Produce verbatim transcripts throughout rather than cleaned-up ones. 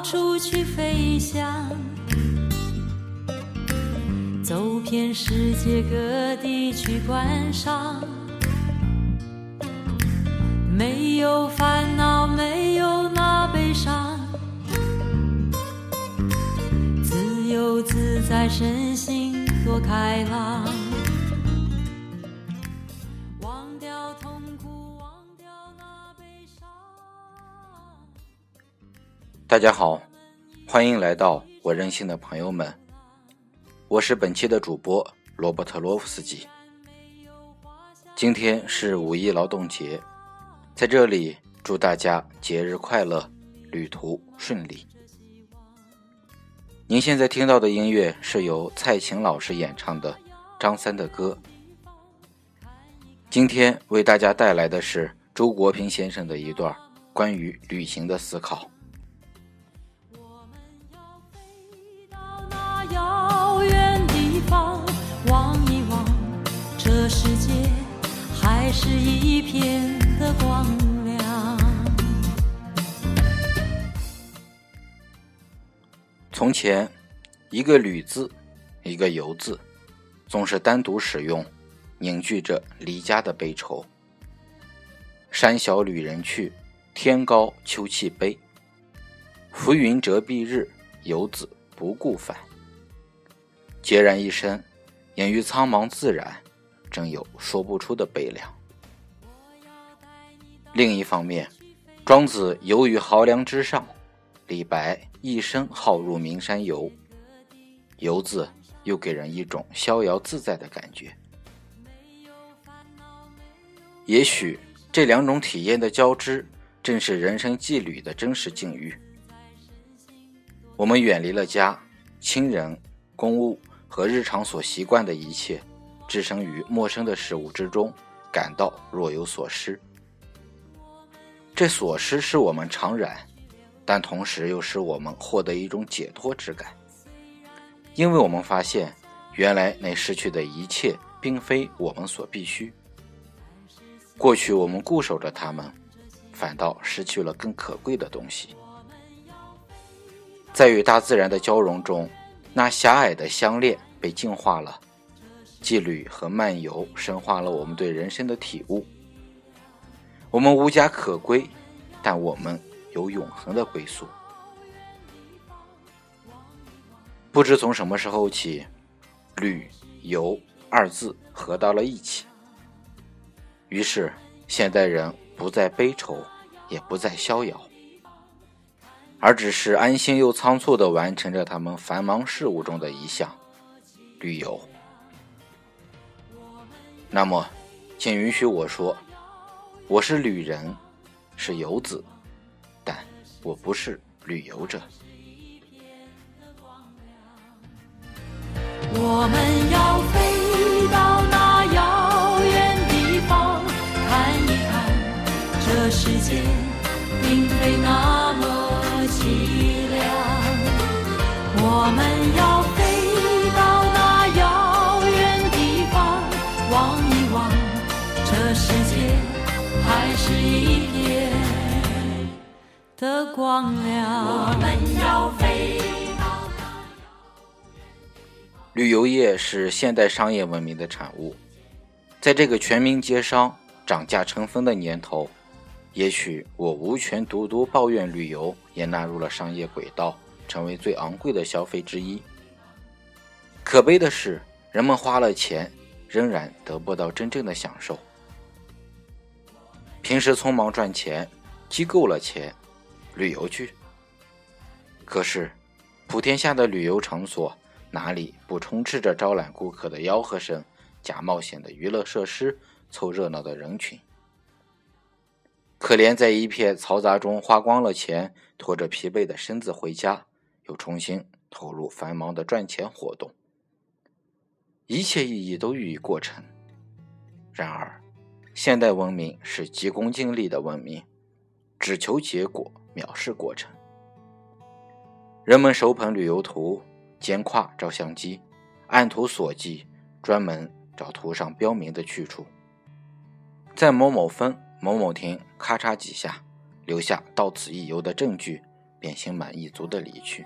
到处去飞翔，走遍世界各地去观赏，没有烦恼，没有那悲伤，自由自在，身心多开朗，忘掉痛苦，忘掉那悲伤。 大家好，欢迎来到我任性的朋友们，我是本期的主播罗伯特罗夫斯基。今天是五一劳动节，在这里祝大家节日快乐，旅途顺利。您现在听到的音乐是由蔡琴老师演唱的张三的歌。今天为大家带来的是周国平先生的一段关于旅行的思考。 望一望，这世界还是一片的光亮。 从前，一个旅字，一个游字，总是单独使用，凝聚着离家的悲愁。山小旅人去，天高秋气悲。浮云遮蔽日，游子不顾返。孑然一身，隐于苍茫自然，真有说不出的悲凉。另一方面，庄子游于濠梁之上，李白一生好入名山游，游字又给人一种逍遥自在的感觉。也许这两种体验的交织，正是人生际旅的真实境遇。我们远离了家、亲人、公务和日常所习惯的一切，置身于陌生的事物之中，感到若有所失。这所失是我们常然，但同时又使我们获得一种解脱之感，因为我们发现原来那失去的一切并非我们所必须。过去我们固守着它们，反倒失去了更可贵的东西。在与大自然的交融中，那狭隘的相恋被净化了，羁旅和漫游深化了我们对人生的体悟。我们无家可归，但我们有永恒的归宿。不知从什么时候起，旅游二字合到了一起，于是现代人不再悲愁，也不再逍遥，而只是安心又仓促地完成着他们繁忙事务中的一项旅游。那么请允许我说，我是旅人，是游子，但我不是旅游者。 我们要飞到那遥远地方，看一看这世界并非那么凄凉。我们要飞到那遥远地方，望一望这世界还是一片的光亮。我们要飞到那旅游业是现代商业文明的产物，在这个全民皆商、涨价成风的年头，也许我无权独独抱怨旅游也纳入了商业轨道，成为最昂贵的消费之一。可悲的是，人们花了钱，仍然得不到真正的享受。平时匆忙赚钱，积够了钱，旅游去。可是，普天下的旅游场所，哪里不充斥着招揽顾客的吆喝声、假冒险的娱乐设施、凑热闹的人群？可怜在一片嘈杂中花光了钱，拖着疲惫的身子回家，又重新投入繁忙的赚钱活动。一切意义都予以过程。然而，现代文明是急功近利的文明，只求结果，藐视过程。人们手捧旅游图，肩挎照相机，按图索骥，专门找图上标明的去处，在某某分某某亭咔嚓几下，留下到此一游的证据， 便心满意足地离去。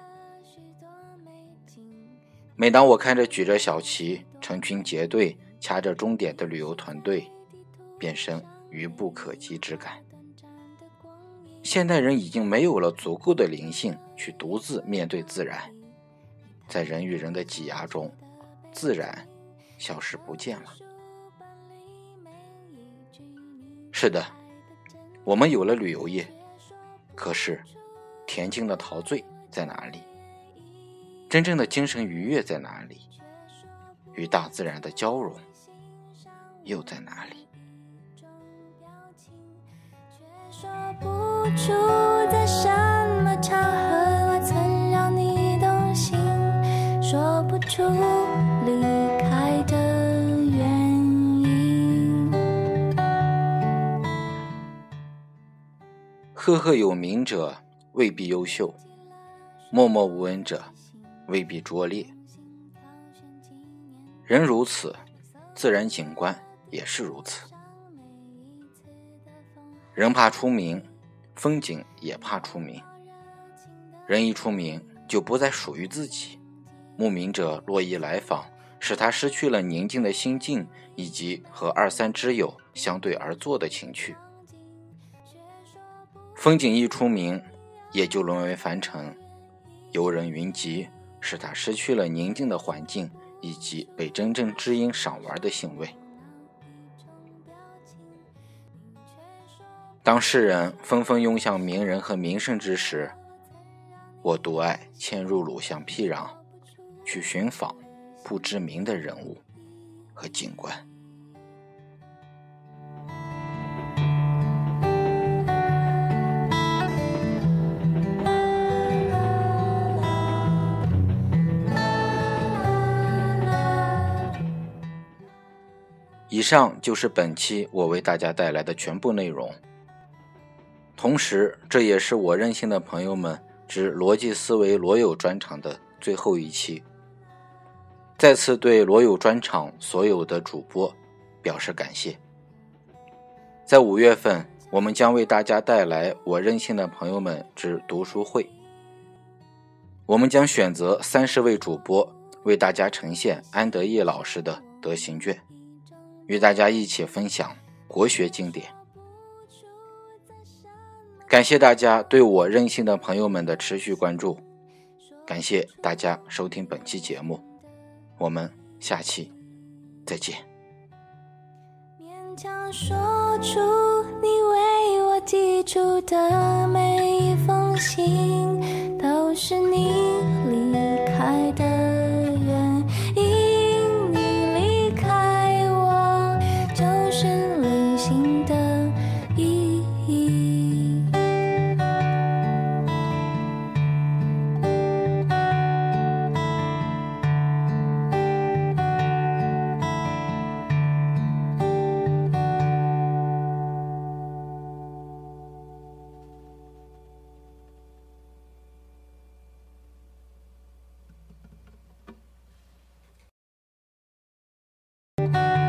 每当我看着举着小旗成群结队掐着终点的旅游团队，便生愚不可及之感。现代人已经没有了足够的灵性去独自面对自然，在人与人的挤压中，自然消失不见了。是的，我们有了旅游业，可是恬静的陶醉在哪里？真正的精神愉悦在哪里？与大自然的交融又在哪里？ 说不出在什么场合我曾让你动心，说不出离开的原因。 赫赫有名者未必优秀，默默无闻者未必拙劣。人如此，自然景观也是如此。人怕出名，风景也怕出名。人一出名，就不再属于自己。慕名者络绎来访，使他失去了宁静的心境，以及和二三知友相对而坐的情趣。风景一出名，也就沦为凡尘，游人云集，使他失去了宁静的环境，以及被真正知音赏玩的兴味。当世人纷纷涌向名人和名胜之时，我独爱迁入鲁巷僻壤，去寻访不知名的人物和景观。以上就是本期我为大家带来的全部内容。同时，这也是我任性的朋友们之逻辑思维罗友专场的最后一期。再次对罗友专场所有的主播表示感谢。在五月份，我们将为大家带来我任性的朋友们之读书会。我们将选择三十位主播为大家呈现安德业老师的德行卷，与大家一起分享国学经典。感谢大家对我任性的朋友们的持续关注，感谢大家收听本期节目，我们下期再见。 勉强说出你为我寄出的每一封信，